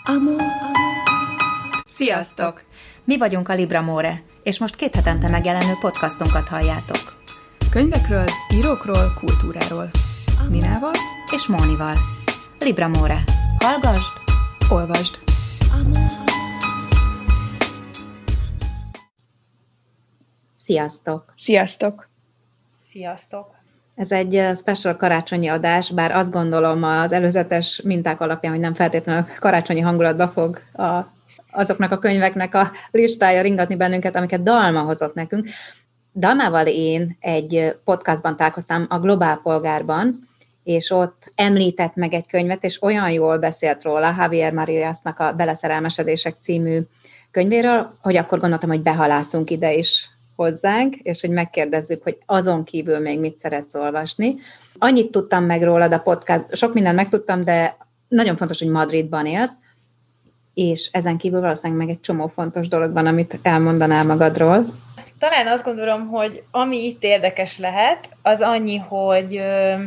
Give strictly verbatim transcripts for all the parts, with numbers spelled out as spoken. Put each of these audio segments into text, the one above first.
Amor, Sziasztok! Mi vagyunk a Libramore, és most két hetente megjelenő podcastunkat halljátok. Könyvekről, írókról, kultúráról. Ninával és Mónival. Libramore. Hallgasd, olvasd! Sziasztok! Sziasztok! Sziasztok! Ez egy special karácsonyi adás, bár azt gondolom az előzetes minták alapján, hogy nem feltétlenül karácsonyi hangulatba fog a, azoknak a könyveknek a listája ringatni bennünket, amiket Dalma hozott nekünk. Dalmával én egy podcastban találkoztam, a Globál Polgárban, és ott említett meg egy könyvet, és olyan jól beszélt róla, Javier Mariasnak a Beleszerelmesedések című könyvéről, hogy akkor gondoltam, hogy behalászunk ide is hozzánk, és hogy megkérdezzük, hogy azon kívül még mit szeretsz olvasni. Annyit tudtam meg rólad a podcast, sok mindent megtudtam, de nagyon fontos, hogy Madridban élsz, és ezen kívül valószínűleg meg egy csomó fontos dolog van, amit elmondanál magadról. Talán azt gondolom, hogy ami itt érdekes lehet, az annyi, hogy,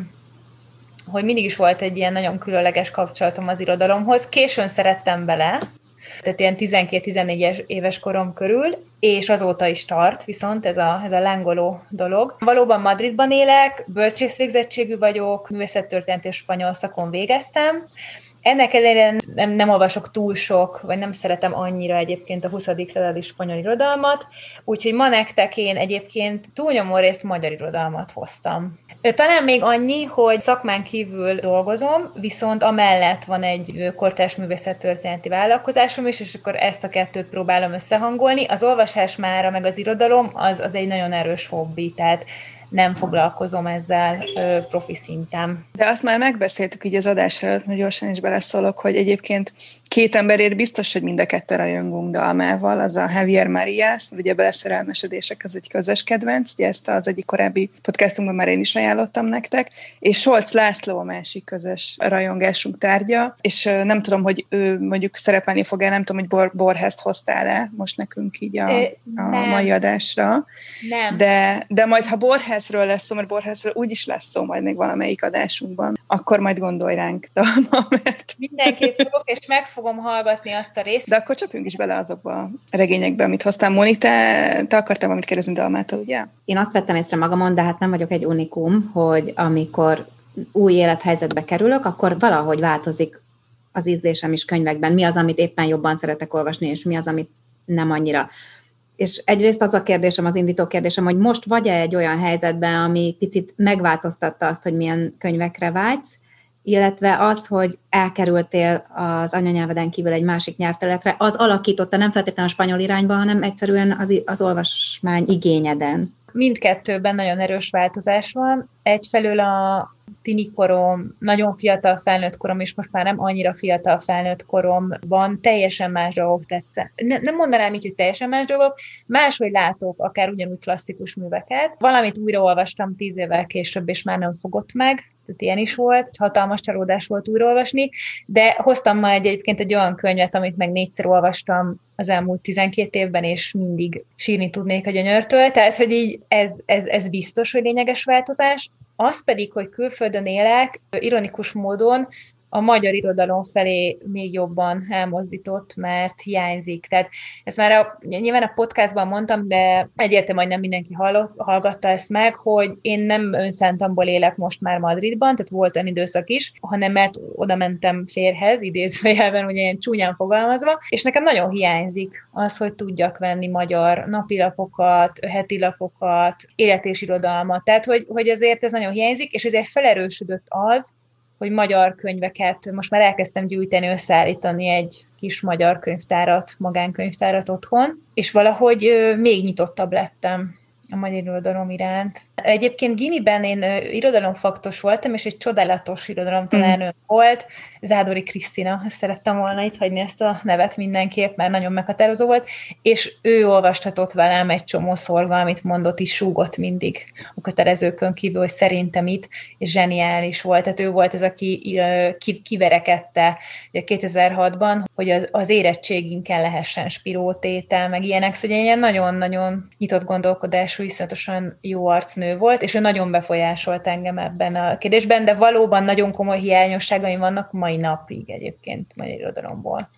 hogy mindig is volt egy ilyen nagyon különleges kapcsolatom az irodalomhoz. Későn szerettem bele, tehát ilyen tizenkét-tizennégy éves korom körül, és azóta is tart, viszont ez a, ez a lángoló dolog. Valóban Madridban élek, bölcsészvégzettségű vagyok, művészettörténet és spanyol szakon végeztem. Ennek ellenére nem, nem olvasok túl sok, vagy nem szeretem annyira egyébként a huszadik századi spanyol irodalmat, úgyhogy ma nektek én egyébként túlnyomó részt magyar irodalmat hoztam. Talán még annyi, hogy szakmán kívül dolgozom, viszont amellett van egy kortárs művészettörténeti vállalkozásom is, és akkor ezt a kettőt próbálom összehangolni. Az olvasás mára, meg az irodalom, az, az egy nagyon erős hobbi, tehát nem foglalkozom ezzel ö, profi szinten. De azt már megbeszéltük így az adás előtt, hogy gyorsan is beleszólok, hogy egyébként két emberért biztos, hogy mind a ketten rajongunk Dalmával, az a Javier Marias, ugye a Beleszerelmesedések az egy közös kedvenc, ugye ezt az egyik korábbi podcastunkban már én is ajánlottam nektek, és Solc László a másik közös rajongásunk tárgya, és nem tudom, hogy ő mondjuk szerepelni fog-e, nem tudom, hogy Bor- Borhest hoztál-e most nekünk így a, a mai adásra. Nem. De, de majd, ha Borhesről lesz szó, mert Borhesről úgyis lesz szó majd még valamelyik adásunkban, akkor majd gondolj ránk, Dalma, mert... Mindenképp fogok, és meg fogom hallgatni azt a részt. De akkor csapjunk is bele azokba a regényekbe, amit hoztál. Móni, te, te akartál valamit kérdezni Dalmától, ugye? Én azt vettem észre magamon, de hát nem vagyok egy unikum, hogy amikor új élethelyzetbe kerülök, akkor valahogy változik az ízlésem is könyvekben. Mi az, amit éppen jobban szeretek olvasni, és mi az, amit nem annyira. És egyrészt az a kérdésem, az indító kérdésem, hogy most vagy-e egy olyan helyzetben, ami picit megváltoztatta azt, hogy milyen könyvekre vágysz, illetve az, hogy elkerültél az anyanyelveden kívül egy másik nyelvterületre, az alakította nem feltétlenül a spanyol irányba, hanem egyszerűen az, az olvasmány igényeden. Mindkettőben nagyon erős változás van. Egyfelől a tini korom, nagyon fiatal felnőtt korom, és most már nem annyira fiatal felnőtt koromban teljesen más dolgok tettek. Ne, nem mondanám így, hogy teljesen más dolgok, máshogy látok akár ugyanúgy klasszikus műveket. Valamit újraolvastam tíz évvel később, és már nem fogott meg, tehát ilyen is volt, hatalmas csalódás volt újraolvasni, de hoztam ma egyébként egy olyan könyvet, amit meg négyszer olvastam az elmúlt tizenkét évben, és mindig sírni tudnék a gyönyörtől, tehát hogy így ez, ez, ez biztos, hogy lényeges változás. Az pedig, hogy külföldön élek, ironikus módon a magyar irodalom felé még jobban elmozdított, mert hiányzik. Tehát ezt már a, nyilván a podcastban mondtam, de egyértelműen, hogy nem mindenki hallott, hallgatta ezt meg, hogy én nem önszántamból élek most már Madridban, tehát volt olyan időszak is, hanem mert oda mentem férhez, idézőjelben, ugye ilyen csúnyán fogalmazva, és nekem nagyon hiányzik az, hogy tudjak venni magyar napilapokat, hetilapokat, élet és irodalmat. Tehát, hogy, hogy azért ez nagyon hiányzik, és ezért felerősödött az, hogy magyar könyveket, most már elkezdtem gyűjteni, összeállítani egy kis magyar könyvtárat, magánkönyvtárat otthon, és valahogy ö, még nyitottabb lettem a magyar irodalom iránt. Egyébként gimiben én ö, irodalomfaktos voltam, és egy csodálatos irodalomtanárnőm mm. volt, Zádori Krisztina, ezt szerettem volna itt hagyni ezt a nevet mindenképp, mert nagyon meghatározó volt, és ő olvastatott velem egy csomó szorga, amit mondott, is súgott mindig a kötelezőkön kívül, hogy szerintem itt, és zseniális volt. Tehát ő volt ez, aki ki, kiverekedte kétezer-hatban, hogy az, az érettséginken lehessen spirótétel, meg ilyenek, szóval ilyen nagyon-nagyon nyitott gondolkodású, iszonyatosan jó arcnő volt, és ő nagyon befolyásolt engem ebben a kérdésben, de valóban nagyon komoly hiányosságaim vannak mai napig egyébként magyar irodalomból.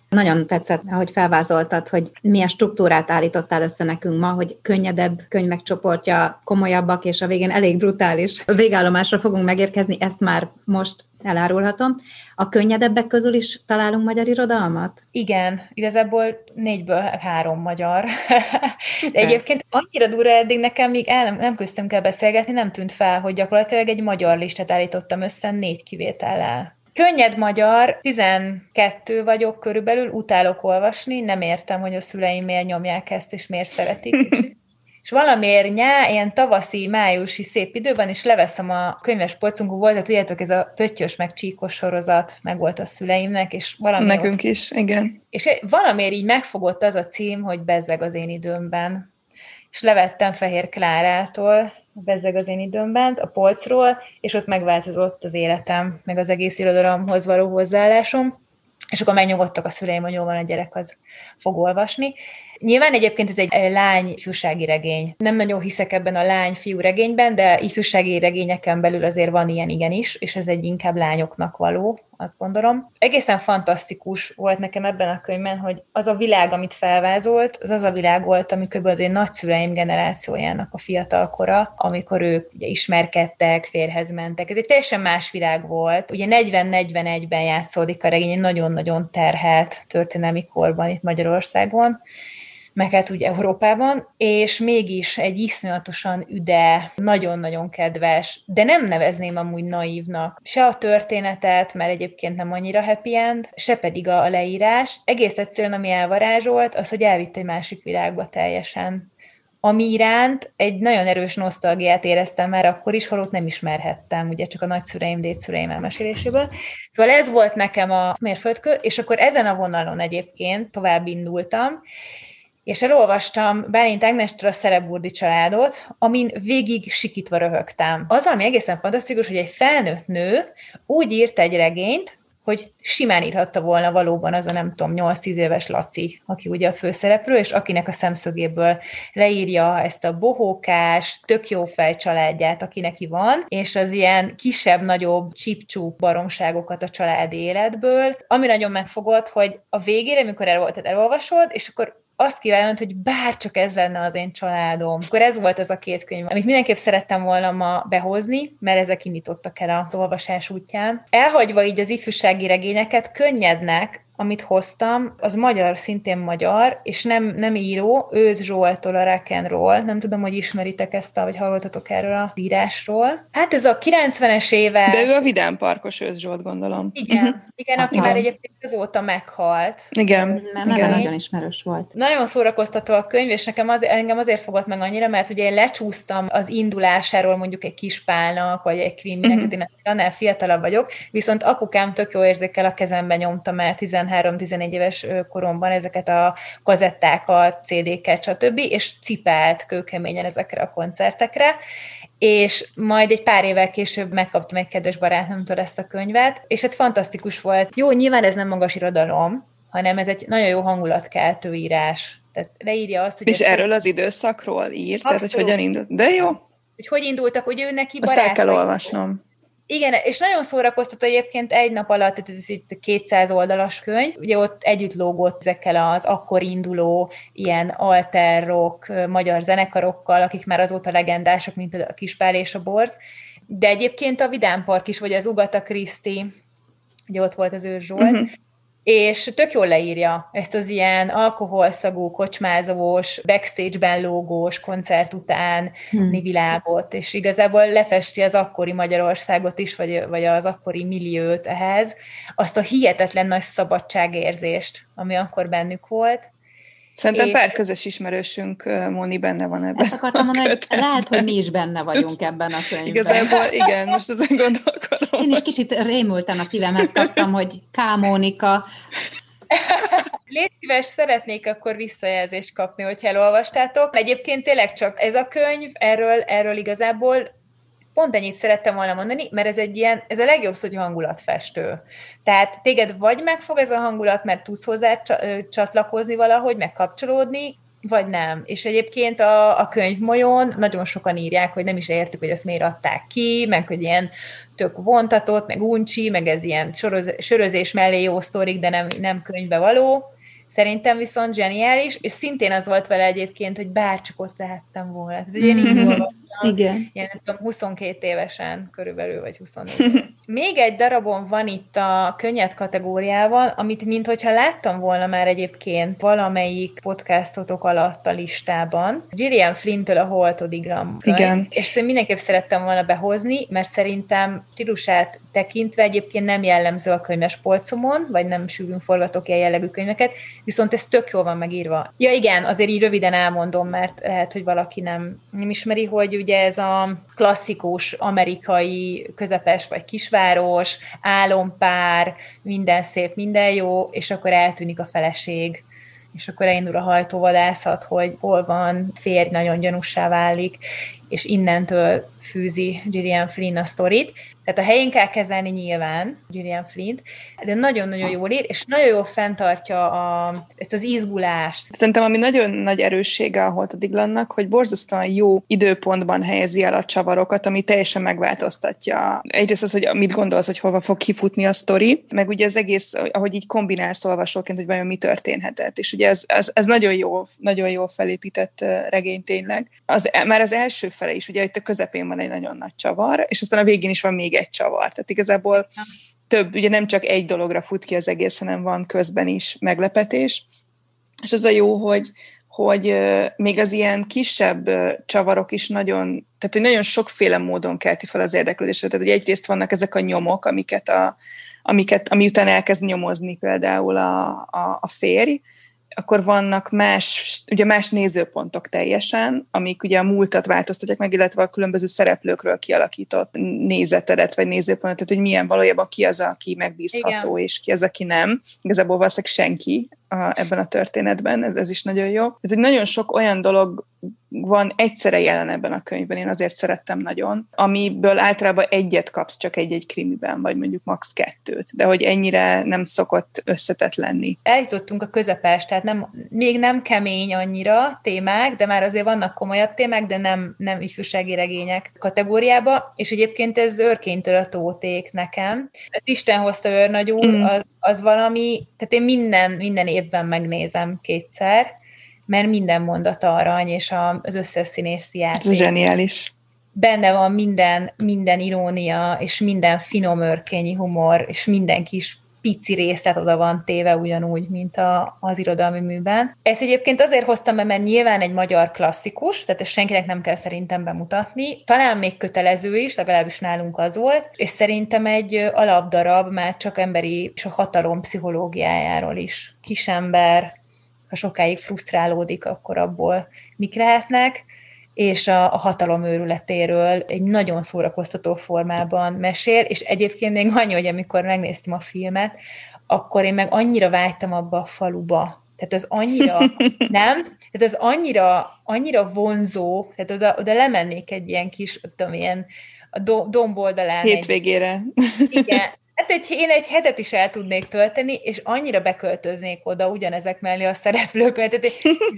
Nagyon tetszett, ahogy felvázoltad, hogy milyen struktúrát állítottál össze nekünk ma, hogy könnyedebb könyvek csoportja, komolyabbak, és a végén elég brutális végállomásra fogunk megérkezni, ezt már most elárulhatom. A könnyedebbek közül is találunk magyar irodalmat? Igen, igazából négyből három magyar. De egyébként annyira durva eddig nekem még el nem, nem köztünk el beszélgetni, nem tűnt fel, hogy gyakorlatilag egy magyar listát állítottam össze négy kivétellel. Könnyed magyar, tizenkettő vagyok körülbelül, utálok olvasni, nem értem, hogy a szüleim miért nyomják ezt, és miért szeretik. És valamiért nyá, ilyen tavaszi, májusi szép időben, és leveszem a könyves polcunkon, volt, tudjátok, ez a pöttyös meg csíkos sorozat, meg volt a szüleimnek, és valami nekünk ott, is, igen. És valamiért így megfogott az a cím, hogy Bezzeg az én időmben. És levettem Fehér Klárától, Bezzeg az én időmben, a polcról, és ott megváltozott az életem, meg az egész irodalomhoz való hozzáállásom, és akkor megnyugodtak a szüleim, hogy jól van, a gyerek az fog olvasni. Nyilván egyébként ez egy lány ifjúsági regény. Nem nagyon hiszek ebben a lány-fiú regényben, de ifjúsági regényeken belül azért van ilyen igenis, és ez egy inkább lányoknak való, azt gondolom. Egészen fantasztikus volt nekem ebben a könyvben, hogy az a világ, amit felvázolt, az az a világ volt, amikor az én nagyszüleim generációjának a fiatalkora, amikor ők ugye ismerkedtek, férjhez mentek. Ez egy teljesen más világ volt. Ugye negyven-negyvenegyben játszódik a regény, egy nagyon-nagyon terhelt történelmi korban itt Magyarországon, meg hát úgy Európában, és mégis egy iszonyatosan üde, nagyon-nagyon kedves, de nem nevezném amúgy naívnak. Se a történetet, mert egyébként nem annyira happy end, se pedig a leírás. Egész egyszerűen, ami elvarázsolt, az, hogy elvitt egy másik világba teljesen. Ami iránt egy nagyon erős nosztalgiát éreztem már akkor is, holott nem ismerhettem, ugye csak a nagyszüleim, dédszüleim elmeséléséből. Szóval ez volt nekem a mérföldkő, és akkor ezen a vonalon egyébként tovább indultam, és elolvastam Bálint Ágnestől a Szereburdi családot, amin végig sikítva röhögtem. Az, ami egészen fantasztikus, hogy egy felnőtt nő úgy írt egy regényt, hogy simán írhatta volna valóban az a nem tudom, nyolc-tíz éves Laci, aki ugye a főszereplő, és akinek a szemszögéből leírja ezt a bohókás, tök jó fej családját, aki neki van, és az ilyen kisebb-nagyobb csip-csúp baromságokat a családi életből, ami nagyon megfogott, hogy a végére, amikor el, tehát elolvasod, és akkor azt kívánod, hogy bárcsak ez lenne az én családom. Akkor ez volt az a két könyv, amit mindenképp szerettem volna ma behozni, mert ezek indítottak el az olvasás útján. Elhagyva így az ifjúsági regényeket, könnyednek, amit hoztam, az magyar, szintén magyar, és nem, nem író, Őz Zsolttól a Rock and Roll. Nem tudom, hogy ismeritek ezt, vagy hallottatok erről az írásról. Hát ez a kilencvenes évek... De ő a Vidám Parkos Őz Zsolt, gondolom. Igen, uh-huh. igen, aki már egyébként azóta meghalt. Igen. Mert igen. Nagyon ismerős volt. Nagyon szórakoztató a könyv, és nekem az, engem azért fogott meg annyira, mert ugye én lecsúsztam az indulásáról mondjuk egy Kispálnak, vagy egy Kriminek, uh-huh. én annál fiatalabb vagyok, viszont apukám tök jó érzékkel a kezembe nyomta már tizenhárom-tizenegy éves koromban ezeket a kazettákat, cé dé-ket, stb., és cipelt kőkeményen ezekre a koncertekre, és majd egy pár évvel később megkaptam egy kedves barátomtól ezt a könyvet, és hát fantasztikus volt. Jó, nyilván ez nem magas irodalom, hanem ez egy nagyon jó hangulatkeltő írás. Tehát leírja azt, hogy... És erről az időszakról ír, tehát hogy hogyan indult. De jó. Hogy hogy indultak, hogy ő neki barátai. Azt el kell olvasnom. Igen, és nagyon szórakoztató egyébként egy nap alatt, tehát ez egy kétszáz oldalas könyv, ugye ott együtt lógott ezekkel az akkor induló ilyen alter rock magyar zenekarokkal, akik már azóta legendások, mint például a Kispál és a Borz, de egyébként a Vidám Park is, vagy az Ugata Kriszti, ugye ott volt az Őz Zsolt, uh-huh. és tök jól leírja ezt az ilyen alkoholszagú, kocsmázós, backstage-ben lógós, koncert utáni hmm. világot, és igazából lefesti az akkori Magyarországot is, vagy, vagy az akkori milliót ehhez, azt a hihetetlen nagy szabadságérzést, ami akkor bennük volt. Szerintem és... pár közös ismerősünk, Móni, benne van ebben. Ezt akartam mondani, hogy lehet, hogy mi is benne vagyunk ebben a könyvben. Igazából igen, most ezen gondolkodom. Én is kicsit rémülten a szívemhez kaptam, hogy K. Mónika. Légy szíves, szeretnék akkor visszajelzést kapni, hogyha elolvastátok. Egyébként tényleg csak ez a könyv, erről, erről igazából pont ennyit szerettem volna mondani, mert ez egy ilyen, ez a legjobb, hogy hangulatfestő. Tehát téged vagy megfog ez a hangulat, mert tudsz hozzá csatlakozni valahogy, megkapcsolódni, vagy nem. És egyébként a, a könyvmolyón nagyon sokan írják, hogy nem is értük, hogy ezt miért adták ki, meg hogy ilyen tök vontatott, meg uncsi, meg ez ilyen soroz, sörözés mellé jó sztorik, de nem, nem könyvbe való. Szerintem viszont zseniális, és szintén az volt vele egyébként, hogy bárcsak ott lehettem volna. Tehát, hogy én így olvastam, igen. Ilyen, nem tudom, huszonkét évesen körülbelül, vagy huszonnégy. Még egy darabon van itt a könnyed kategóriában, amit minthogyha láttam volna már egyébként valamelyik podcastotok alatt a listában. Gillian Flynn-től a Holtodigram. Igen. És szerintem mindenképp szerettem volna behozni, mert szerintem stílusát tekintve egyébként nem jellemző a könyves polcomon, vagy nem sűrűn forgatok ilyen jellegű könyveket, viszont ez tök jól van megírva. Ja igen, azért így röviden elmondom, mert lehet, hogy valaki nem, nem ismeri, hogy ugye ez a klasszikus amerikai közepes vagy kisváros, álompár, minden szép, minden jó, és akkor eltűnik a feleség, és akkor elindul a hajtóvadászat, hogy hol van, férj nagyon gyanússá válik, és innentől fűzi Gillian Flynn a sztorit. Tehát a helyén kell kezelni nyilván Gillian Flynn, de nagyon-nagyon jól ír, és nagyon jól fenntartja a, ezt az izgulást. Szerintem ami nagyon nagy erőssége a Holtodiglannak, hogy borzasztóan jó időpontban helyezi el a csavarokat, ami teljesen megváltoztatja. Egyrészt az, hogy mit gondolsz, hogy hova fog kifutni a sztori, meg ugye az egész, ahogy így kombinálsz olvasóként, hogy vajon mi történhetett. És ugye ez, ez, ez nagyon jó, nagyon jól felépített regény tényleg. Az, már az első fele is, ugye itt a közepén van egy nagyon nagy csavar, és aztán a végén is van még egy csavar. Tehát igazából több, ugye nem csak egy dologra fut ki az egész, hanem van közben is meglepetés. És az a jó, hogy, hogy még az ilyen kisebb csavarok is nagyon, tehát hogy nagyon sokféle módon kelti fel az érdeklődésre. Tehát hogy egyrészt vannak ezek a nyomok, amiket a, amiket, ami után elkezd nyomozni például a, a, a férj, akkor vannak más, ugye más nézőpontok teljesen, amik ugye a múltat változtatják meg, illetve a különböző szereplőkről kialakított nézetedet, vagy nézőpontot, tehát hogy milyen valójában ki az, aki megbízható, igen, és ki az, aki nem. Igazából valószínűleg senki a, ebben a történetben, ez, ez is nagyon jó. Tehát, hogy nagyon sok olyan dolog van egyszerre jelen ebben a könyvben, én azért szerettem nagyon, amiből általában egyet kapsz csak egy-egy krimiben, vagy mondjuk max. kettőt, de hogy ennyire nem szokott összetett lenni. Eljutottunk a közepes, tehát nem, még nem kemény annyira témák, de már azért vannak komolyabb témák, de nem, nem ifjúsági regények kategóriába, és egyébként ez Őrkénytől a tóték nekem. Az Isten hozta őrnagyúr, mm. az, az valami, tehát én minden, minden évben megnézem kétszer, mert minden mondata arany, és az összes színészi játék. Ez zseniális. Benne van minden, minden irónia, és minden finom őrkényi humor, és minden kis pici részlet oda van téve ugyanúgy, mint a, az irodalmi műben. Ezt egyébként azért hoztam be, mert nyilván egy magyar klasszikus, tehát ezt senkinek nem kell szerintem bemutatni. Talán még kötelező is, legalábbis nálunk az volt, és szerintem egy alapdarab már csak emberi és a hatalom pszichológiájáról is. Kisember, ha sokáig frusztrálódik, akkor abból mik lehetnek, és a, a hatalom őrületéről egy nagyon szórakoztató formában mesél, és egyébként még annyi, hogy amikor megnéztem a filmet, akkor én meg annyira vágytam abba a faluba. Tehát az annyira, nem? Tehát az annyira, annyira vonzó, tehát oda, oda lemennék egy ilyen kis, tudom, ilyen a do, domboldalán. Hétvégére. Egy, igen. Hát egy, én egy hetet is el tudnék tölteni, és annyira beköltöznék oda ugyanezek mellé a szereplők, tehát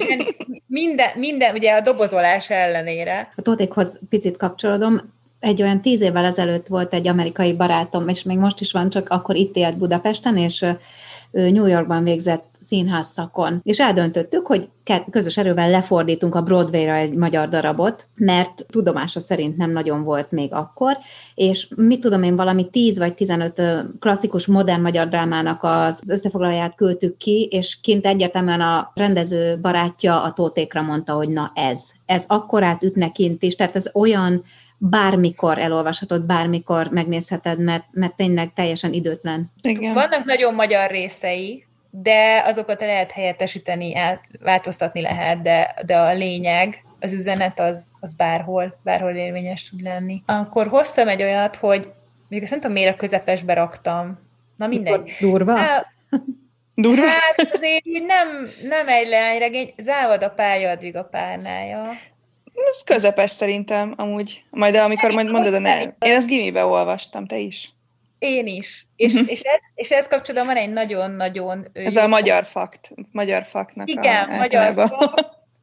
minden, minden, ugye a dobozolás ellenére. A tótékhoz picit kapcsolódom. Egy olyan tíz évvel ezelőtt volt egy amerikai barátom, és még most is van, csak akkor itt élt Budapesten, és New Yorkban végzett színház szakon. És eldöntöttük, hogy közös erővel lefordítunk a Broadway-ra egy magyar darabot, mert tudomása szerint nem nagyon volt még akkor, és mit tudom én, valami tíz vagy tizenöt klasszikus modern magyar drámának az összefoglalóját küldtük ki, és kint egyértelműen a rendező barátja a tótékra mondta, hogy na ez. Ez akkorát ütne kint is, tehát ez olyan bármikor elolvashatod, bármikor megnézheted, mert, mert tényleg teljesen időtlen. Igen. Vannak nagyon magyar részei, de azokat lehet helyettesíteni, változtatni lehet, de, de a lényeg, az üzenet az, az bárhol, bárhol érvényes tud lenni. Akkor hoztam egy olyat, hogy még azt nem tudom, miért a közepesbe raktam. Na mindegy. Durva? Á, Durva? Hát azért úgy nem, nem egy leányregény, Závad a pálya, Adviga párnája. Ez közepes szerintem, amúgy. Majd de amikor majd mondod a ne... Én ezt gimibe olvastam, te is. Én is. És, és, ez, és ez kapcsolatban van egy nagyon-nagyon... Ez a magyar fakt, magyar faktnak igen, a magyar fakt.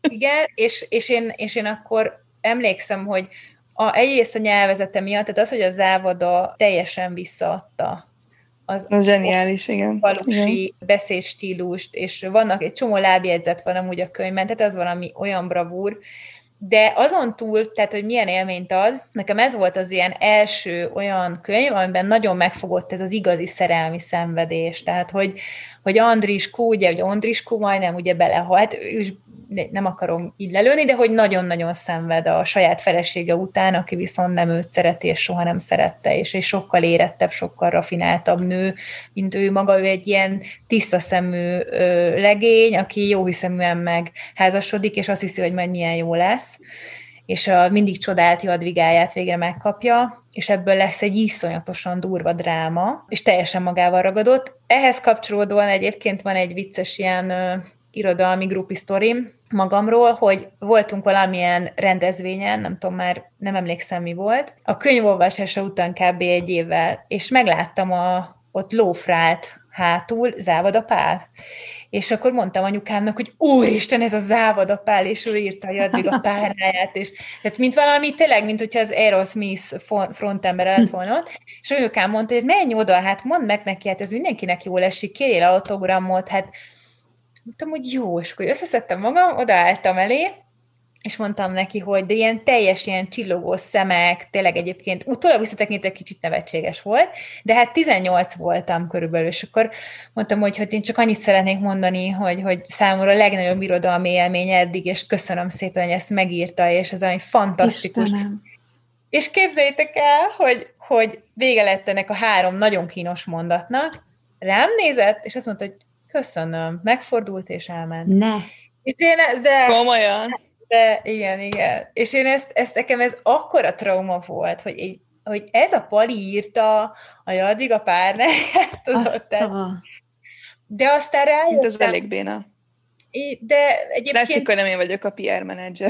Igen, és, és, én, és én akkor emlékszem, hogy a, egyrészt a nyelvezete miatt, tehát az, hogy a Závada teljesen visszaadta az az zseniális, igen. falusi igen. beszédstílust, és vannak egy csomó lábjegyzet van amúgy a könyvben, tehát az valami olyan bravúr, de azon túl, tehát, hogy milyen élményt ad, nekem ez volt az ilyen első olyan könyv, amiben nagyon megfogott ez az igazi szerelmi szenvedés, tehát, hogy, hogy Andriskó, ugye, hogy Andriskó majdnem ugye belehalt, ő is nem akarom így lelőni, de hogy nagyon-nagyon szenved a saját felesége után, aki viszont nem őt szereti, és soha nem szerette, és egy sokkal érettebb, sokkal rafináltabb nő, mint ő maga, ő egy ilyen tiszta szemű ö, legény, aki jóhiszeműen megházasodik, és azt hiszi, hogy majd milyen jó lesz, és a mindig csodált Jadvigáját végre megkapja, és ebből lesz egy iszonyatosan durva dráma, és teljesen magával ragadott. Ehhez kapcsolódóan egyébként van egy vicces ilyen ö, irodalmi grupi sztorim magamról, hogy voltunk valamilyen rendezvényen, nem tudom már, nem emlékszem mi volt, a könyvolvasása után kb. Egy évvel, és megláttam a, ott lófrált hátul Závada Pál. És akkor mondtam anyukámnak, hogy úristen, ez a Závada Pál, és ő írta a Jadviga párnáját, és tehát mint valami, tényleg, mint hogyha az Aerosmith frontember lett volna. És anyukám mondta, hogy menj oda, hát mondd meg neki, hát ez mindenkinek jól esik, kérjél autogramot, hát mondtam, hogy jó, és akkor összeszedtem magam, odaálltam elé, és mondtam neki, hogy de ilyen teljes, ilyen csillogó szemek, tényleg egyébként utólag visszatekintve kicsit nevetséges volt, de hát tizennyolc voltam körülbelül, és akkor mondtam, hogy hát én csak annyit szeretnék mondani, hogy, hogy számomra a legnagyobb irodalmi élménye eddig, és köszönöm szépen, hogy ezt megírta, és ez egy fantasztikus. Istenem. És képzeljétek el, hogy, hogy vége lett ennek a három nagyon kínos mondatnak, rám nézett, és azt mondta, hogy köszönöm, megfordult és elment. Ne. És én, de, Komolyan. De igen, igen. És én ezt, ezt nekem ez akkora trauma volt, hogy, így, hogy ez a Pali írta a Jadviga párnáját. De aztán rájöttem. Ez elég béna. De egyébként... Látszik, hogy nem én vagyok a pé er menedzser.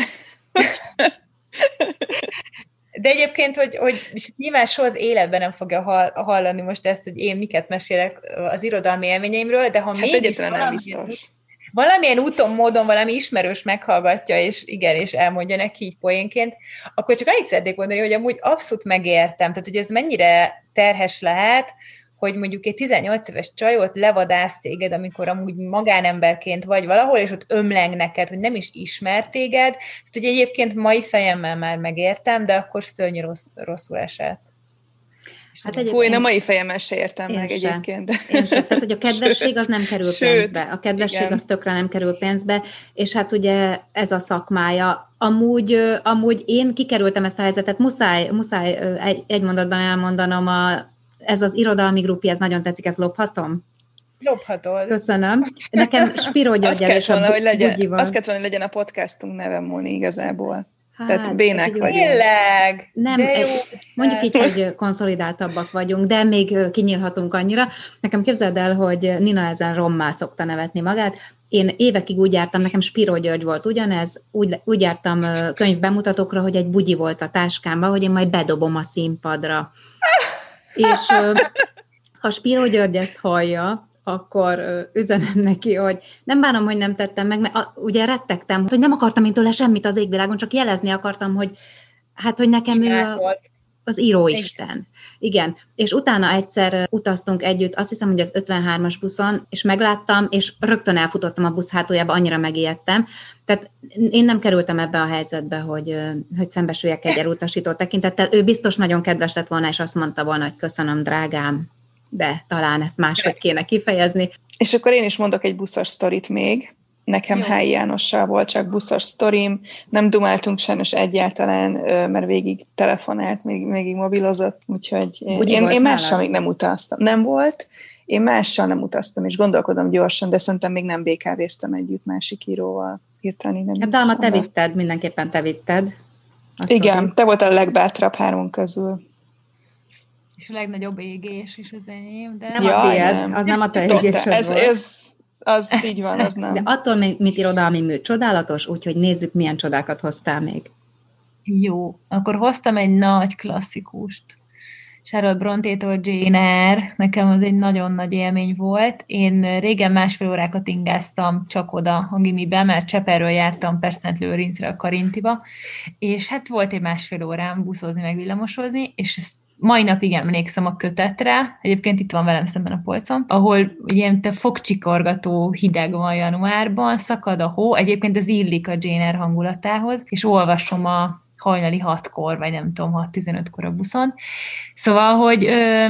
De egyébként, hogy, hogy nyilván soha az életben nem fogja hallani most ezt, hogy én miket mesélek az irodalmi élményeimről, de ha hát mégis egyetlen nem biztos. Valamilyen úton, módon valami ismerős meghallgatja, és igen, és elmondja neki így poénként, akkor csak annyit szeretnék mondani, hogy amúgy abszolút megértem, tehát hogy ez mennyire terhes lehet, hogy mondjuk egy tizennyolc éves csajot levadász téged, amikor amúgy magánemberként vagy valahol, és ott ömleng neked, hogy nem is ismer téged. Tehát, hogy egyébként mai fejemmel már megértem, de akkor szörnyű rossz, rosszul esett. Hát Fú, én a mai fejemmel se értem meg se. Egyébként. Én sem. Tehát, hogy a kedvesség az nem kerül Sőt, pénzbe. A kedvesség igen. az tökre nem kerül pénzbe, és hát ugye ez a szakmája. Amúgy, amúgy én kikerültem ezt a helyzetet, muszáj, muszáj egy, egy mondatban elmondanom, a, ez az irodalmi grupi, ez nagyon tetszik, ezt lophatom? Lophatod. Köszönöm. Nekem Spiro Györgyel és a hogy legyen, Bugyival. Azt kellett volna, hogy legyen a podcastunk neve, Móni, igazából. Hát, tehát bének vagyunk. Tényleg! Nem, jó, mondjuk így, hogy konszolidáltabbak vagyunk, de még kinyílhatunk annyira. Nekem képzeld el, hogy Nina ezen rommá szokta nevetni magát. Én évekig úgy jártam, nekem Spiro György volt ugyanez, úgy, úgy jártam könyvbemutatókra, hogy egy bugyi volt a táskámban, hogy én majd bedobom a színpadra. És ha Spiro György ezt hallja, akkor üzenem neki, hogy nem bánom, hogy nem tettem meg, mert ugye rettegtem, hogy nem akartam én tőle semmit az égvilágon, csak jelezni akartam, hogy hát, hogy nekem ő a, az íróisten. Igen, és utána egyszer utaztunk együtt, azt hiszem, hogy az ötvenhármas buszon, és megláttam, és rögtön elfutottam a busz hátuljába, annyira megijedtem. Tehát én nem kerültem ebbe a helyzetbe, hogy, hogy szembesüljek egy elutasító tekintettel. Ő biztos nagyon kedves lett volna, és azt mondta volna, hogy köszönöm, drágám, de talán ezt máshogy kéne kifejezni. És akkor én is mondok egy buszos sztorit még. Nekem Helyi Jánossal volt csak buszos sztorim, nem dumáltunk sajnos egyáltalán, mert végig telefonált, még, végig mobilozott, úgyhogy én, én, én mással még nem utaztam. Nem volt, én mással nem utaztam, és gondolkodom gyorsan, de szerintem még nem bé ká véztem együtt másik íróval. Hirtelen nem hát Dalma, te vitted, mindenképpen te vitted. Igen, sztorit. Te voltál a legbátrabb három közül. És a legnagyobb égés is az enyém, de... Nem ja, a tiéd, nem. Az nem a te égésed ez, volt. Ez, az így van, az nem. De attól, mint irodalmi mű csodálatos, úgyhogy nézzük, milyen csodákat hoztál még. Jó, akkor hoztam egy nagy klasszikust. Charlotte Brontë-tól Jane Eyre, nekem az egy nagyon nagy élmény volt. Én régen másfél órákat ingáztam csak oda a gimibe, mert Cseperről jártam Pestent-Lőrincre a Karintiba, és hát volt egy másfél órám buszozni, meg villamosozni, és ezt mai napig emlékszem a kötetre, egyébként itt van velem szemben a polcom, ahol ilyen fogcsikorgató hideg van januárban, szakad a hó, egyébként ez illik a Jane Eyre hangulatához, és olvasom a hajnali hatkor, vagy nem tudom, hat tizenötkor a buszon. Szóval, hogy ö,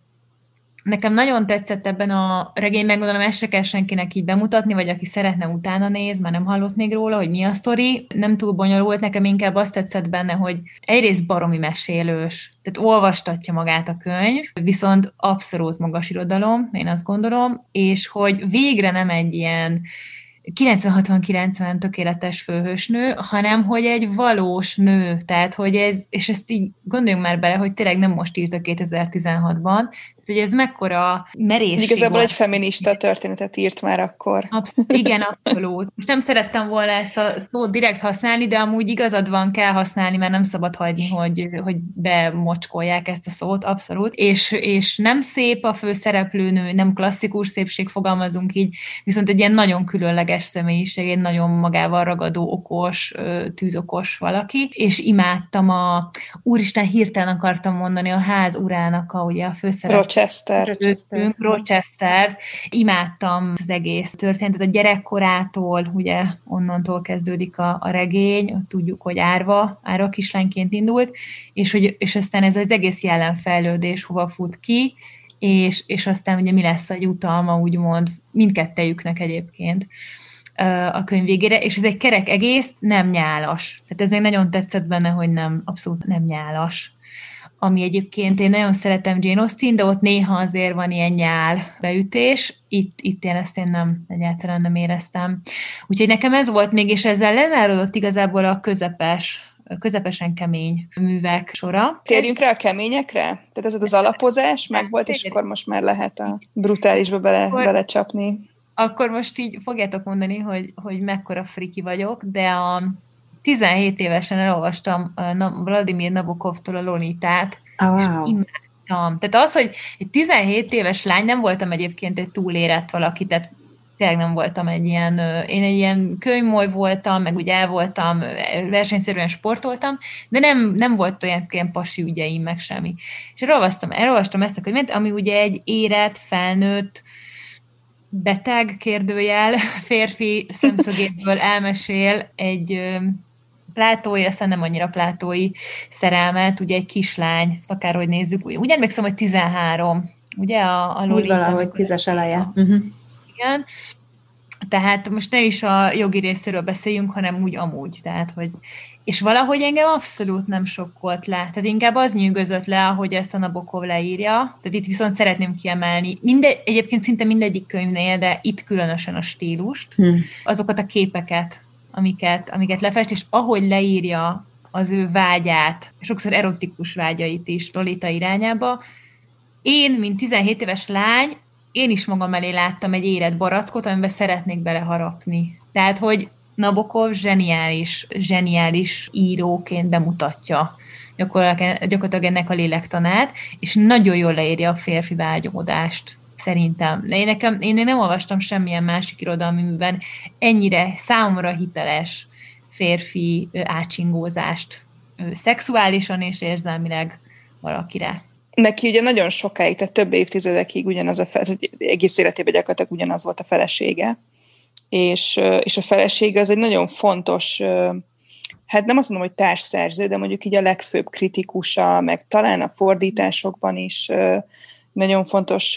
nekem nagyon tetszett ebben a regényben, gondolom, ezt se kell senkinek így bemutatni, vagy aki szeretne utána néz, már nem hallott még róla, hogy mi a sztori. Nem túl bonyolult, nekem inkább azt tetszett benne, hogy egyrészt baromi mesélős, tehát olvastatja magát a könyv, viszont abszolút magas irodalom, én azt gondolom, és hogy végre nem egy ilyen kilencven hatvan kilencven tökéletes főhősnő, hanem hogy egy valós nő, tehát hogy ez, és ezt így gondoljunk már bele, hogy tényleg nem most írt a kétezer-tizenhatban, hogy ez mekkora merészség. Igazából volt. Egy feminista történetet írt már akkor. Absz- igen, abszolút. Most nem szerettem volna ezt a szót direkt használni, de amúgy igazad van, kell használni, mert nem szabad hagyni, hogy, hogy bemocskolják ezt a szót, abszolút. És, és nem szép a főszereplőnő, nem klasszikus szépség, fogalmazunk így, viszont egy ilyen nagyon különleges személyiség, egy nagyon magával ragadó, okos, tűzokos valaki, és imádtam a, úristen, hirtelen akartam mondani, a ház urának a, ugye a főszereplő. Rochester. Rochester. Rochester. Imádtam az egész történetet. A gyerekkorától, ugye onnantól kezdődik a, a regény, tudjuk, hogy árva, árva kislányként indult, és, hogy, és aztán ez az egész jelenfejlődés hova fut ki, és, és aztán ugye mi lesz a jutalma, úgymond, mindkettejüknek egyébként a könyv végére, és ez egy kerek egész, nem nyálas. Tehát ez még nagyon tetszett benne, hogy nem, abszolút nem nyálas. Ami egyébként én nagyon szeretem Jane Austen, de ott néha azért van ilyen nyál beütés, itt, itt én ezt én nem, egyáltalán nem éreztem. Úgyhogy nekem ez volt még, és ezzel lezárodott igazából a közepes, közepesen kemény művek sora. Térjünk rá a keményekre? Tehát ez az alapozás meg volt, és akkor most már lehet a brutálisba bele, akkor, belecsapni. Akkor most így fogjátok mondani, hogy, hogy mekkora friki vagyok, de a tizenhét évesen elolvastam Vladimir Nabokovtól a Lolitát, oh, wow. és imádtam. Tehát az, hogy egy tizenhét éves lány, nem voltam egyébként egy túlérett valaki, tehát tényleg nem voltam egy ilyen, én egy ilyen könyvmoly voltam, meg úgy el voltam, versenyszerűen sportoltam, de nem, nem volt olyan ilyen pasi ügyeim, meg semmi. És elolvastam, elolvastam ezt a könyvet, ami ugye egy érett, felnőtt, beteg kérdőjel férfi szemszögéből elmesél egy plátói, aztán nem annyira plátói szerelmet, ugye egy kislány, akárhogy nézzük, úgy emlékszem, hogy tizenhárom, ugye a, a Loli. Úgy valahogy tízes eleje. Uh-huh. Igen. Tehát most ne is a jogi részéről beszéljünk, hanem úgy amúgy, tehát, hogy és valahogy engem abszolút nem sokkolt le. Tehát inkább az nyűgözött le, ahogy ezt a Nabokov leírja. Tehát itt viszont szeretném kiemelni, minde, egyébként szinte mindegyik könyvnél, de itt különösen a stílust, hmm. azokat a képeket, amiket, amiket lefest, és ahogy leírja az ő vágyát, sokszor erotikus vágyait is Lolita irányába. Én, mint tizenhét éves lány, én is magam elé láttam egy érett barackot, amiben szeretnék beleharapni. Tehát, hogy Nabokov zseniális, zseniális íróként bemutatja gyakorlatilag, gyakorlatilag ennek a lélektanát, és nagyon jól leírja a férfi vágyódást, szerintem. Én, nekem, én nem olvastam semmilyen másik irodalmi műben ennyire számomra hiteles férfi átsingózást szexuálisan és érzelmileg valakire. Neki ugye nagyon sokáig, tehát több évtizedekig ugyanaz a fel, egész életében gyakorlatilag ugyanaz volt a felesége, és, és a felesége az egy nagyon fontos, hát nem azt mondom, hogy társszerző, de mondjuk így a legfőbb kritikusa, meg talán a fordításokban is nagyon fontos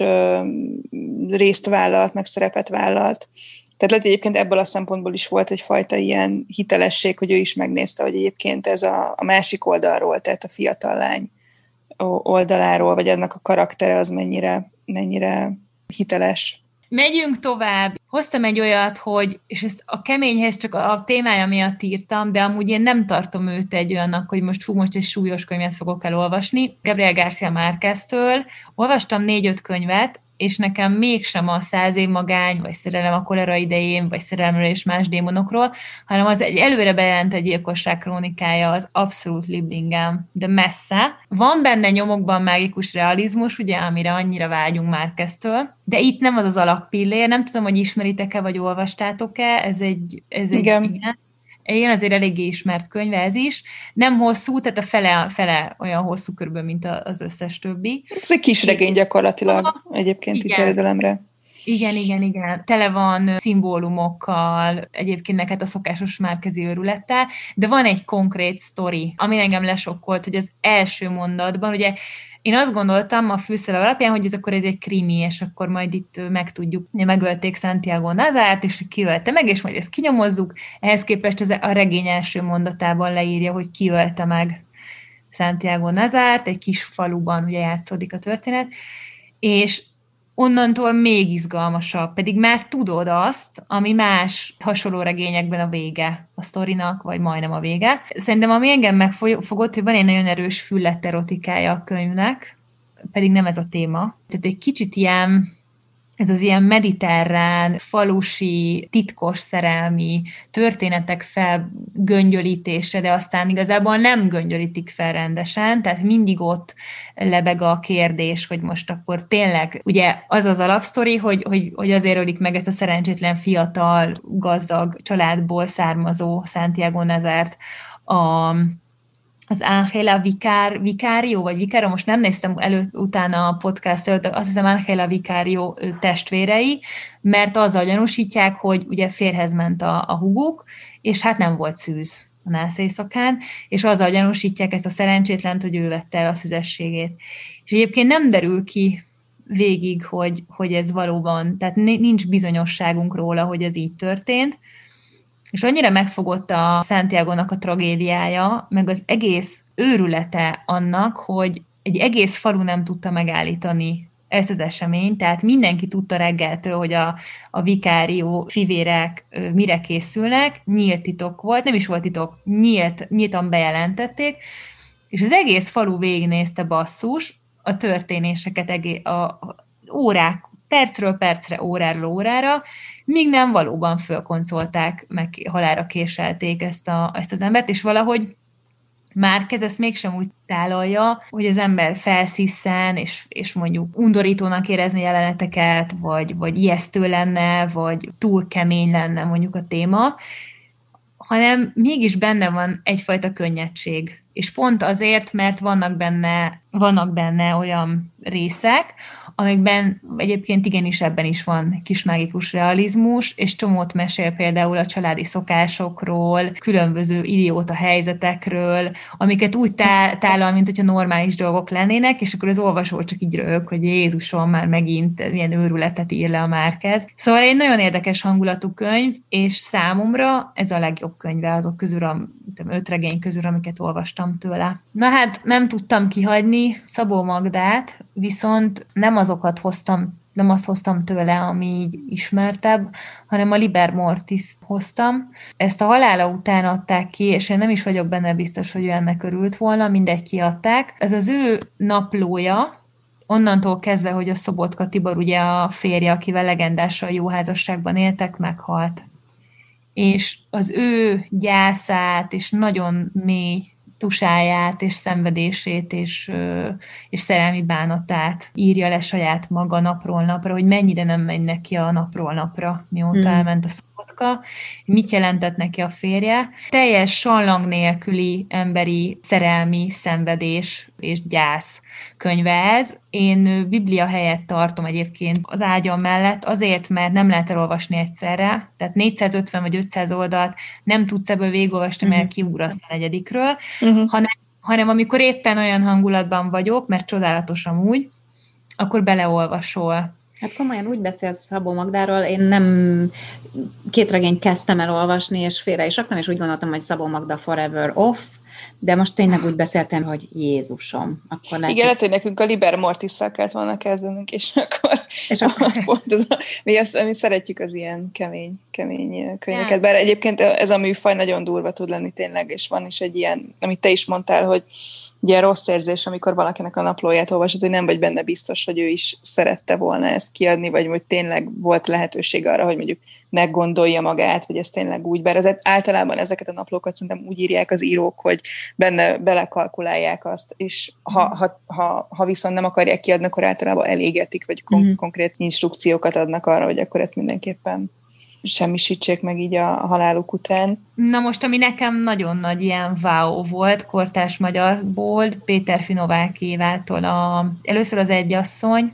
részt vállalt, meg szerepet vállalt. Tehát lehet, hogy egyébként ebből a szempontból is volt egyfajta ilyen hitelesség, hogy ő is megnézte, hogy egyébként ez a, a másik oldalról, tehát a fiatal lány oldaláról, vagy annak a karaktere az mennyire, mennyire hiteles. Megyünk tovább. Hoztam egy olyat, hogy, és ez a keményhez csak a témája miatt írtam, de amúgy én nem tartom őt egy olyannak, hogy most fú, most egy súlyos könyvet fogok elolvasni. Gabriel García Márqueztől olvastam négy-öt könyvet, és nekem mégsem a Száz év magány, vagy Szerelem a kolera idején, vagy Szerelemről és más démonokról, hanem az egy előre bejelentett gyilkosság krónikája, az abszolút Lieblingem, de messze. Van benne nyomokban mágikus realizmus, ugye, amire annyira vágyunk Márqueztől, de itt nem az az alappillér, nem tudom, hogy ismeritek-e, vagy olvastátok-e, ez egy... Ez egy igen. igen. Igen, azért eléggé ismert könyv ez is. Nem hosszú, tehát a fele, fele olyan hosszú körülbelül, mint az összes többi. Ez egy kis regény gyakorlatilag Aha, egyébként itt terjedelemre. Igen, igen, igen. Tele van szimbólumokkal, egyébként neked a szokásos márkezi őrülettel, de van egy konkrét sztori, ami engem lesokkolt, hogy az első mondatban, ugye én azt gondoltam a fűszál alapján, hogy ez akkor ez egy krimi, és akkor majd itt megtudjuk, hogy megölték Santiago Nazárt, és kiölte meg, és majd ezt kinyomozzuk. Ehhez képest ez a regény első mondatában leírja, hogy kiölte meg Santiago Nazárt, egy kis faluban ugye játszódik a történet, és onnantól még izgalmasabb, pedig már tudod azt, ami más hasonló regényekben a vége a sztorinak, vagy majdnem a vége. Szerintem ami engem megfogott, hogy van egy nagyon erős füllett erotikája a könyvnek, pedig nem ez a téma. Tehát egy kicsit ilyen, ez az ilyen mediterrán, falusi, titkos szerelmi történetek felgöngyölítése, de aztán igazából nem göngyölítik fel rendesen, tehát mindig ott lebeg a kérdés, hogy most akkor tényleg, ugye az az alapsztori, hogy, hogy, hogy azért ölik meg ezt a szerencsétlen fiatal, gazdag családból származó Santiago Nazárt a az Ángela Vicár, Vicario, vagy Vicario, most nem néztem elő utána a podcast előtt, azt hiszem Ángela Vicario testvérei, mert azzal gyanúsítják, hogy ugye férhez ment a, a huguk, és hát nem volt szűz a nász éjszakán, és azzal gyanúsítják ezt a szerencsétlent, hogy ő vette el a szüzességét. És egyébként nem derül ki végig, hogy, hogy ez valóban, tehát nincs bizonyosságunk róla, hogy ez így történt, és annyira megfogott a Santiago-nak a tragédiája, meg az egész őrülete annak, hogy egy egész falu nem tudta megállítani ezt az eseményt, tehát mindenki tudta reggeltől, hogy a, a vikárió fivérek mire készülnek, nyílt titok volt, nem is volt titok, nyílt, nyíltan bejelentették, és az egész falu végignézte basszus a történéseket egész, a, a órák, percről percre, óráról órára, míg nem valóban fölkoncolták, meg halálra késelték ezt, a, ezt az embert, és valahogy Márquez ezt mégsem úgy tálalja, hogy az ember felszisszen, és, és mondjuk undorítónak érezni jeleneteket, vagy, vagy ijesztő lenne, vagy túl kemény lenne mondjuk a téma, hanem mégis benne van egyfajta könnyedség. És pont azért, mert vannak benne, vannak benne olyan részek, amikben egyébként igenis ebben is van kis mágikus realizmus, és csomót mesél például a családi szokásokról, különböző idióta helyzetekről, amiket úgy tá- tálal, mint hogyha normális dolgok lennének, és akkor az olvasó csak így röhög, hogy Jézusom, már megint ilyen őrületet ír le a Márquez. Szóval egy nagyon érdekes hangulatú könyv, és számomra ez a legjobb könyve azok közül, a öt regény közül, amiket olvastam tőle. Na hát nem tudtam kihagyni Szabó Magdát, viszont nem azokat hoztam, nem azt hoztam tőle, ami így ismertebb, hanem a Liber Mortis hoztam. Ezt a halála után adták ki, és én nem is vagyok benne biztos, hogy ő ennek örült volna, mindegy kiadták. Ez az ő naplója, onnantól kezdve, hogy a Szobotka Tibor, ugye a férje, akivel legendással jó házasságban éltek, meghalt. És az ő gyászát, és nagyon mély tusáját, és szenvedését, és, és szerelmi bánatát írja le saját maga napról napra, hogy mennyire nem megy neki a napról napra, mióta mm. elment a Szobotka, mit jelentett neki a férje. Teljes sallang nélküli emberi szerelmi szenvedés és gyász könyve ez. Én biblia helyett tartom egyébként az ágyam mellett, azért, mert nem lehet elolvasni egyszerre, tehát négyszázötven vagy ötszáz oldalt nem tudsz ebből végigolvasni, mert uh-huh. kiugrasz a negyedikről, uh-huh. hanem, hanem amikor éppen olyan hangulatban vagyok, mert csodálatos amúgy, akkor beleolvasol. Hát komolyan úgy beszélsz Szabó Magdáról, én nem két regényt kezdtem el olvasni, és félre is raktam, és úgy gondoltam, hogy Szabó Magda forever off, de most tényleg úgy beszéltem, hogy Jézusom. Akkor lehet, igen, lehet, hogy nekünk a Liber Mortis-szal kellett volna kezdenünk, és akkor, és akkor... pont az, mi, azt, mi szeretjük az ilyen kemény, kemény könyveket, bár egyébként ez a műfaj nagyon durva tud lenni tényleg, és van is egy ilyen, amit te is mondtál, hogy ugye rossz érzés, amikor valakinek a naplóját olvasod, hogy nem vagy benne biztos, hogy ő is szerette volna ezt kiadni, vagy hogy tényleg volt lehetőség arra, hogy mondjuk meggondolja magát, vagy ez tényleg úgy, bár az, általában ezeket a naplókat szerintem úgy írják az írók, hogy benne belekalkulálják azt, és ha, ha, ha, ha viszont nem akarják kiadni, akkor általában elégetik, vagy kon- mm. konkrét instrukciókat adnak arra, hogy akkor ezt mindenképpen semmisítsék meg így a haláluk után. Na most, ami nekem nagyon nagy ilyen wow volt, kortárs magyarból, Péter Finovákévától a, először az Egyasszony,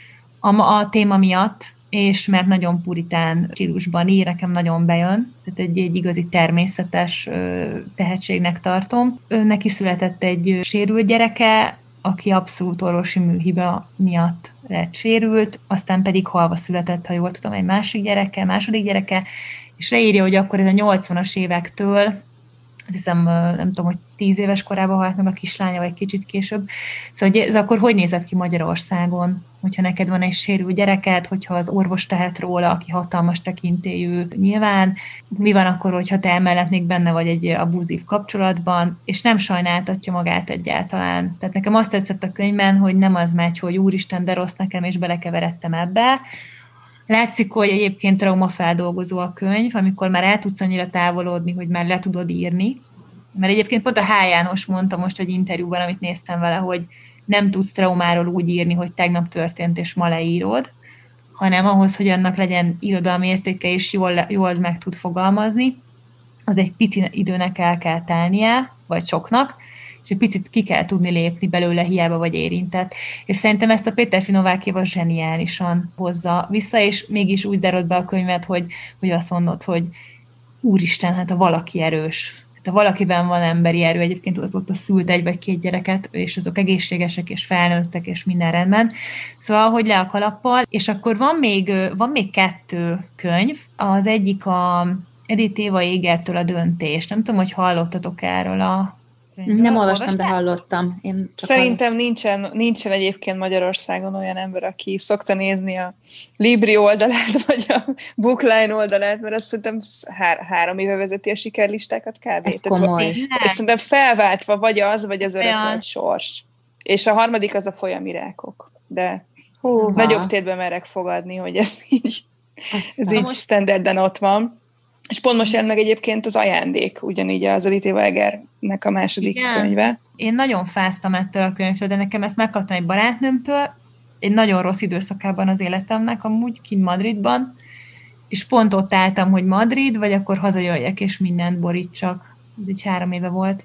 a, a téma miatt, és mert nagyon puritán stílusban ír, nekem nagyon bejön, tehát egy, egy igazi természetes ö, tehetségnek tartom. Ő neki született egy sérült gyereke, aki abszolút orvosi műhiba miatt lett sérült, aztán pedig halva született, ha jól tudom, egy másik gyereke, második gyereke, és leírja, hogy akkor ez a nyolcvanas évektől, azt hiszem, nem tudom, hogy tíz éves korában halt meg a kislánya, vagy kicsit később. Szóval ez akkor hogy nézett ki Magyarországon, hogyha neked van egy sérült gyereket, hogyha az orvos tehet róla, aki hatalmas tekintélyű nyilván, mi van akkor, hogyha te emellett még benne vagy egy abúzív kapcsolatban, és nem sajnáltatja magát egyáltalán. Tehát nekem azt tetszett a könyvben, hogy nem az megy, hogy úristen, de rossz nekem, és belekeveredtem ebbe. Látszik, hogy egyébként traumafeldolgozó a könyv, amikor már el tudsz annyira távolodni, hogy már le tudod írni. Mert egyébként pont a H. János mondta most egy interjúban, amit néztem vele, hogy nem tudsz traumáról úgy írni, hogy tegnap történt, és ma leírod, hanem ahhoz, hogy annak legyen irodalmi értéke, és jól, jól meg tud fogalmazni, az egy pici időnek el kell telnie, vagy soknak, és egy picit ki kell tudni lépni belőle, hiába vagy érintett. És szerintem ezt a Péter Finovákéval zseniálisan hozza vissza, és mégis úgy zárod be a könyvet, hogy, hogy azt mondod, hogy úristen, hát a valaki erős. Hát a valakiben van emberi erő, egyébként ott, ott a szült egy vagy két gyereket, és azok egészségesek, és felnőttek, és minden rendben. Szóval, hogy le a kalappal, és akkor van még, van még kettő könyv. Az egyik a Edith Éva Égertől a Döntés. Nem tudom, hogy hallottatok erről a könyvről. Nem olvastam, de hallottam. Én Szerintem hallottam. Nincsen, nincsen egyébként Magyarországon olyan ember, aki szokta nézni a Libri oldalát, vagy a Bookline oldalát, mert azt szerintem há- három éve vezeti a sikerlistákat kb. Ez komoly. Tehát, szerintem felváltva vagy az, vagy az örökölt sors. És a harmadik az a Folyami rákok. De Húha. Nagyobb tétbe merek fogadni, hogy ez így, ez így most... standarden ott van. És pont most jelent meg egyébként az Ajándék, ugyanígy az Edith Éva Egernek a második Igen. könyve. Én nagyon fáztam ettől a könyvtől, de nekem ezt megkaptam egy barátnőmtől, egy nagyon rossz időszakában az életemnek, amúgy kint Madridban, és pont ott álltam, hogy Madrid, vagy akkor hazajöjjek, és mindent borítsak. Ez így három éve volt.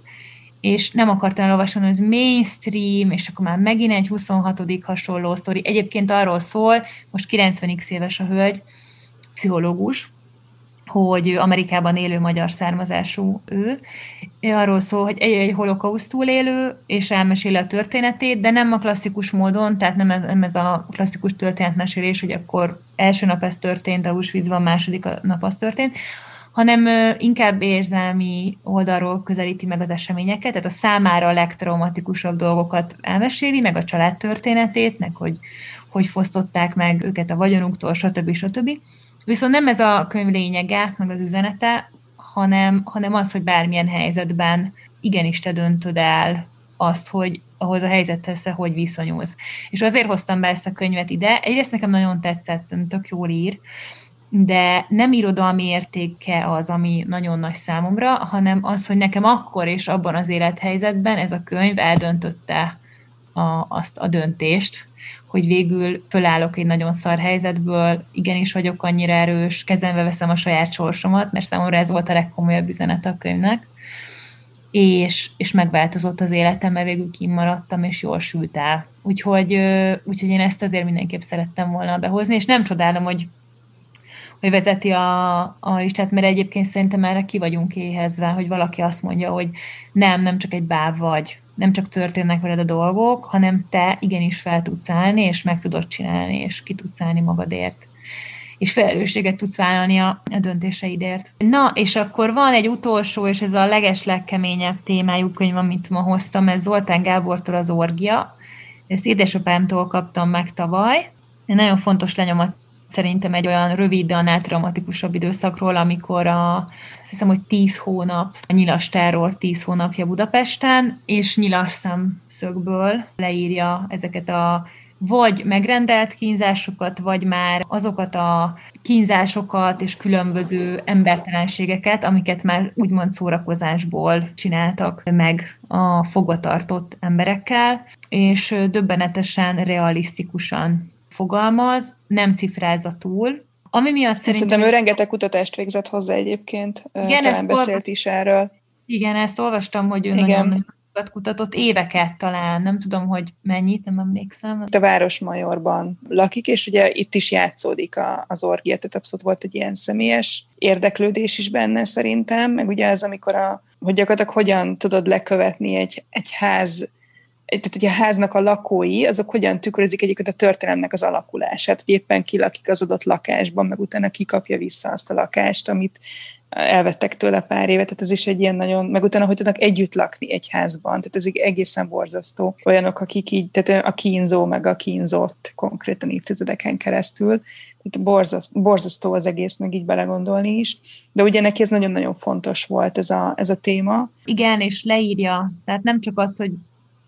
És nem akartam elolvasni, hogy ez mainstream, és akkor már megint egy huszonhatodik hasonló sztori. Egyébként arról szól, most kilencven éves a hölgy, pszichológus, hogy Amerikában élő magyar származású ő. ő arról szól, hogy egy, egy holokauszt túlélő, és elmeséli a történetét, de nem a klasszikus módon, tehát nem ez, nem ez a klasszikus történetmesélés, hogy akkor első nap ez történt, Auschwitzban, második nap az történt, hanem inkább érzelmi oldalról közelíti meg az eseményeket, tehát a számára a legtraumatikusabb dolgokat elmeséli, meg a család történetét, meg hogy hogy fosztották meg őket a vagyonuktól, stb. stb. Viszont nem ez a könyv lényege, meg az üzenete, hanem, hanem az, hogy bármilyen helyzetben igenis te döntöd el azt, hogy ahhoz a helyzethez hogy viszonyulsz. És azért hoztam be ezt a könyvet ide. Egyrészt nekem nagyon tetszett, tök jól ír, de nem irodalmi értéke az, ami nagyon nagy számomra, hanem az, hogy nekem akkor és abban az élethelyzetben ez a könyv eldöntötte a, azt a döntést, hogy végül fölállok egy nagyon szar helyzetből, igenis vagyok annyira erős, kezembe veszem a saját sorsomat, mert számomra ez volt a legkomolyabb üzenet a könyvnek, és, és megváltozott az életem, mert végül kimaradtam, és jól sült el. Úgyhogy, úgyhogy én ezt azért mindenképp szerettem volna behozni, és nem csodálom, hogy, hogy vezeti a, a listát, mert egyébként szerintem erre ki vagyunk éhezve, hogy valaki azt mondja, hogy nem, nem csak egy báb vagy, nem csak történnek veled a dolgok, hanem te igenis fel tudsz állni, és meg tudod csinálni, és ki tudsz állni magadért. És felelősséget tudsz vállalni a, a döntéseidért. Na, és akkor van egy utolsó, és ez a leges legkeményebb témájú könyv, amit ma hoztam, ez Zoltán Gábortól az Orgia. Ezt édesapámtól kaptam meg tavaly. Egy nagyon fontos lenyomat szerintem egy olyan rövid, de annál traumatikusabb időszakról, amikor a, azt hiszem, hogy tíz hónap, a nyilas terror tíz hónapja Budapesten, és nyilas szemszögből leírja ezeket a vagy megrendelt kínzásokat, vagy már azokat a kínzásokat és különböző embertelenségeket, amiket már úgymond szórakozásból csináltak meg a fogvatartott emberekkel, és döbbenetesen, realisztikusan fogalmaz, nem cifrázza túl. Ami miatt szerintem... Szerintem ő rengeteg kutatást végzett hozzá egyébként, igen, talán beszélt olvas... is erről. Igen, ezt olvastam, hogy ő igen. nagyon kutatott, éveket talán, nem tudom, hogy mennyit, nem emlékszem. A Városmajorban lakik, és ugye itt is játszódik a, az orgia, tehát abszolút volt egy ilyen személyes érdeklődés is benne szerintem, meg ugye ez, amikor a, hogy gyakorlatilag hogyan tudod lekövetni egy, egy ház, tehát ugye a háznak a lakói, azok hogyan tükrözik egyébként a történelemnek az alakulását, hogy éppen ki lakik az adott lakásban, meg utána kikapja vissza azt a lakást, amit elvettek tőle pár évet, tehát ez is egy ilyen nagyon, meg utána, hogy tudnak együtt lakni egy házban, tehát ez egészen borzasztó. Olyanok, akik így, tehát a kínzó, meg a kínzott konkrétan évtizedeken keresztül, tehát borzasztó, borzasztó az egész, meg így belegondolni is, de ugye neki ez nagyon-nagyon fontos volt ez a, ez a téma. Igen, és leírja, tehát nem csak az, hogy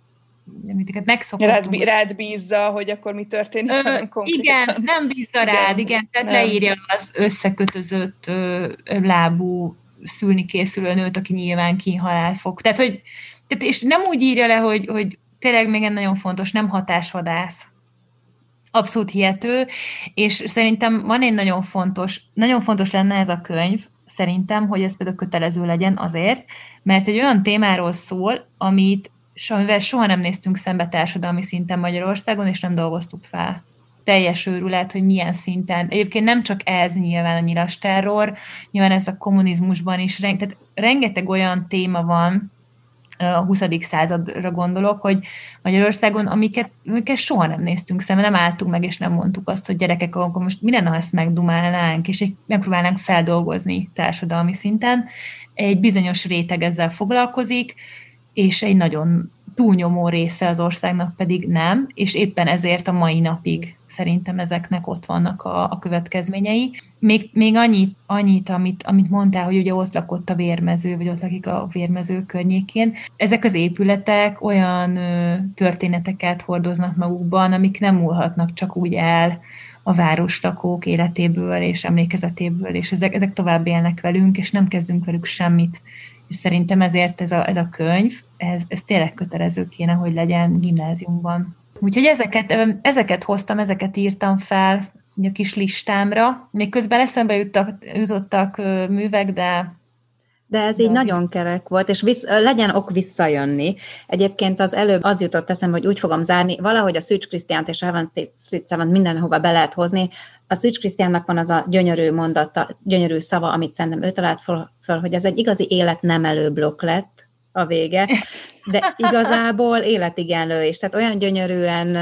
Rád, rád bízza, hogy akkor mi történik, ö, hanem konkrétan. Igen, nem bízza rád, igen, igen tehát nem. Leírja az összekötözött ö, lábú szülni készülő nőt, aki nyilván kínhalál fog. Tehát, hogy, tehát, és nem úgy írja le, hogy, hogy tényleg még egy nagyon fontos, nem hatásvadász. Abszolút hihető, és szerintem van egy nagyon fontos, nagyon fontos lenne ez a könyv, szerintem, hogy ez például kötelező legyen azért, mert egy olyan témáról szól, amit amivel soha nem néztünk szembe társadalmi szinten Magyarországon, és nem dolgoztuk fel. Teljes őrület, hogy milyen szinten. Egyébként nem csak ez nyilván a nyilas terror, nyilván ez a kommunizmusban is, tehát rengeteg olyan téma van, a huszadik századra gondolok, hogy Magyarországon, amiket, amiket soha nem néztünk szembe, nem álltunk meg, és nem mondtuk azt, hogy gyerekek, akkor most mi lenne, ha ezt megdumálnánk, és megpróbálnánk feldolgozni társadalmi szinten. Egy bizonyos réteg ezzel foglalkozik, és egy nagyon túlnyomó része az országnak pedig nem, és éppen ezért a mai napig szerintem ezeknek ott vannak a, a következményei. Még, még annyit, annyit amit, amit mondtál, hogy ugye ott lakott a Vérmező, vagy ott lakik a Vérmező környékén. Ezek az épületek olyan ö, történeteket hordoznak magukban, amik nem múlhatnak csak úgy el a városlakók életéből és emlékezetéből, és ezek, ezek tovább élnek velünk, és nem kezdünk velük semmit. És szerintem ezért ez a, ez a könyv, ez, ez tényleg kötelező kéne, hogy legyen gimnáziumban. Úgyhogy ezeket, ezeket hoztam, ezeket írtam fel a kis listámra. Még közben eszembe jutottak, jutottak művek, de... De ez de így nagyon kerek volt, és visz, legyen ok visszajönni. Egyébként az előbb az jutott eszembe, hogy úgy fogom zárni, valahogy a Szűcs Krisztiánt és Evans Fitzgerald mindenhova be lehet hozni. A Szűcs Krisztiánnak van az a gyönyörű mondata, gyönyörű szava, amit szerintem ő talált föl, föl, hogy ez egy igazi életnemelő blokk lett a vége, de igazából életigenlő is. Tehát olyan gyönyörűen,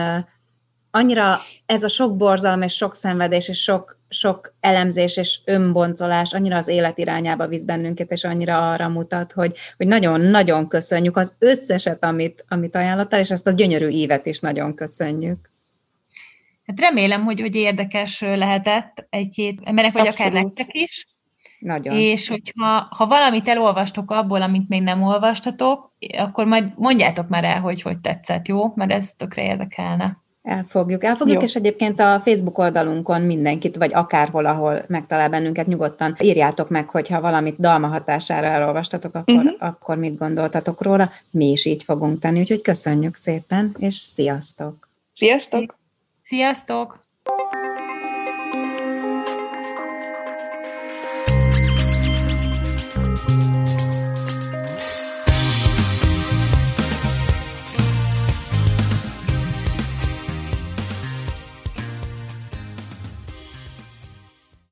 annyira ez a sok borzalom és sok szenvedés és sok, sok elemzés és önboncolás annyira az élet irányába visz bennünket, és annyira arra mutat, hogy, hogy nagyon-nagyon köszönjük az összeset, amit, amit ajánlottál, és ezt a gyönyörű ívet is nagyon köszönjük. Hát remélem, hogy, hogy érdekes lehetett egy-két emberek, vagy abszolút. Akár nektek is. Nagyon. És hogyha ha valamit elolvastok abból, amit még nem olvastatok, akkor majd mondjátok már el, hogy hogy tetszett, jó? Mert ez tökre érdekelne. Elfogjuk, elfogjuk, jó. És egyébként a Facebook oldalunkon mindenkit, vagy akárhol, ahol megtalál bennünket, nyugodtan írjátok meg, hogyha valamit dalma hatására elolvastatok, akkor, uh-huh. akkor mit gondoltatok róla. Mi is így fogunk tenni, úgyhogy köszönjük szépen, és sziasztok! Sziasztok! Sziasztok!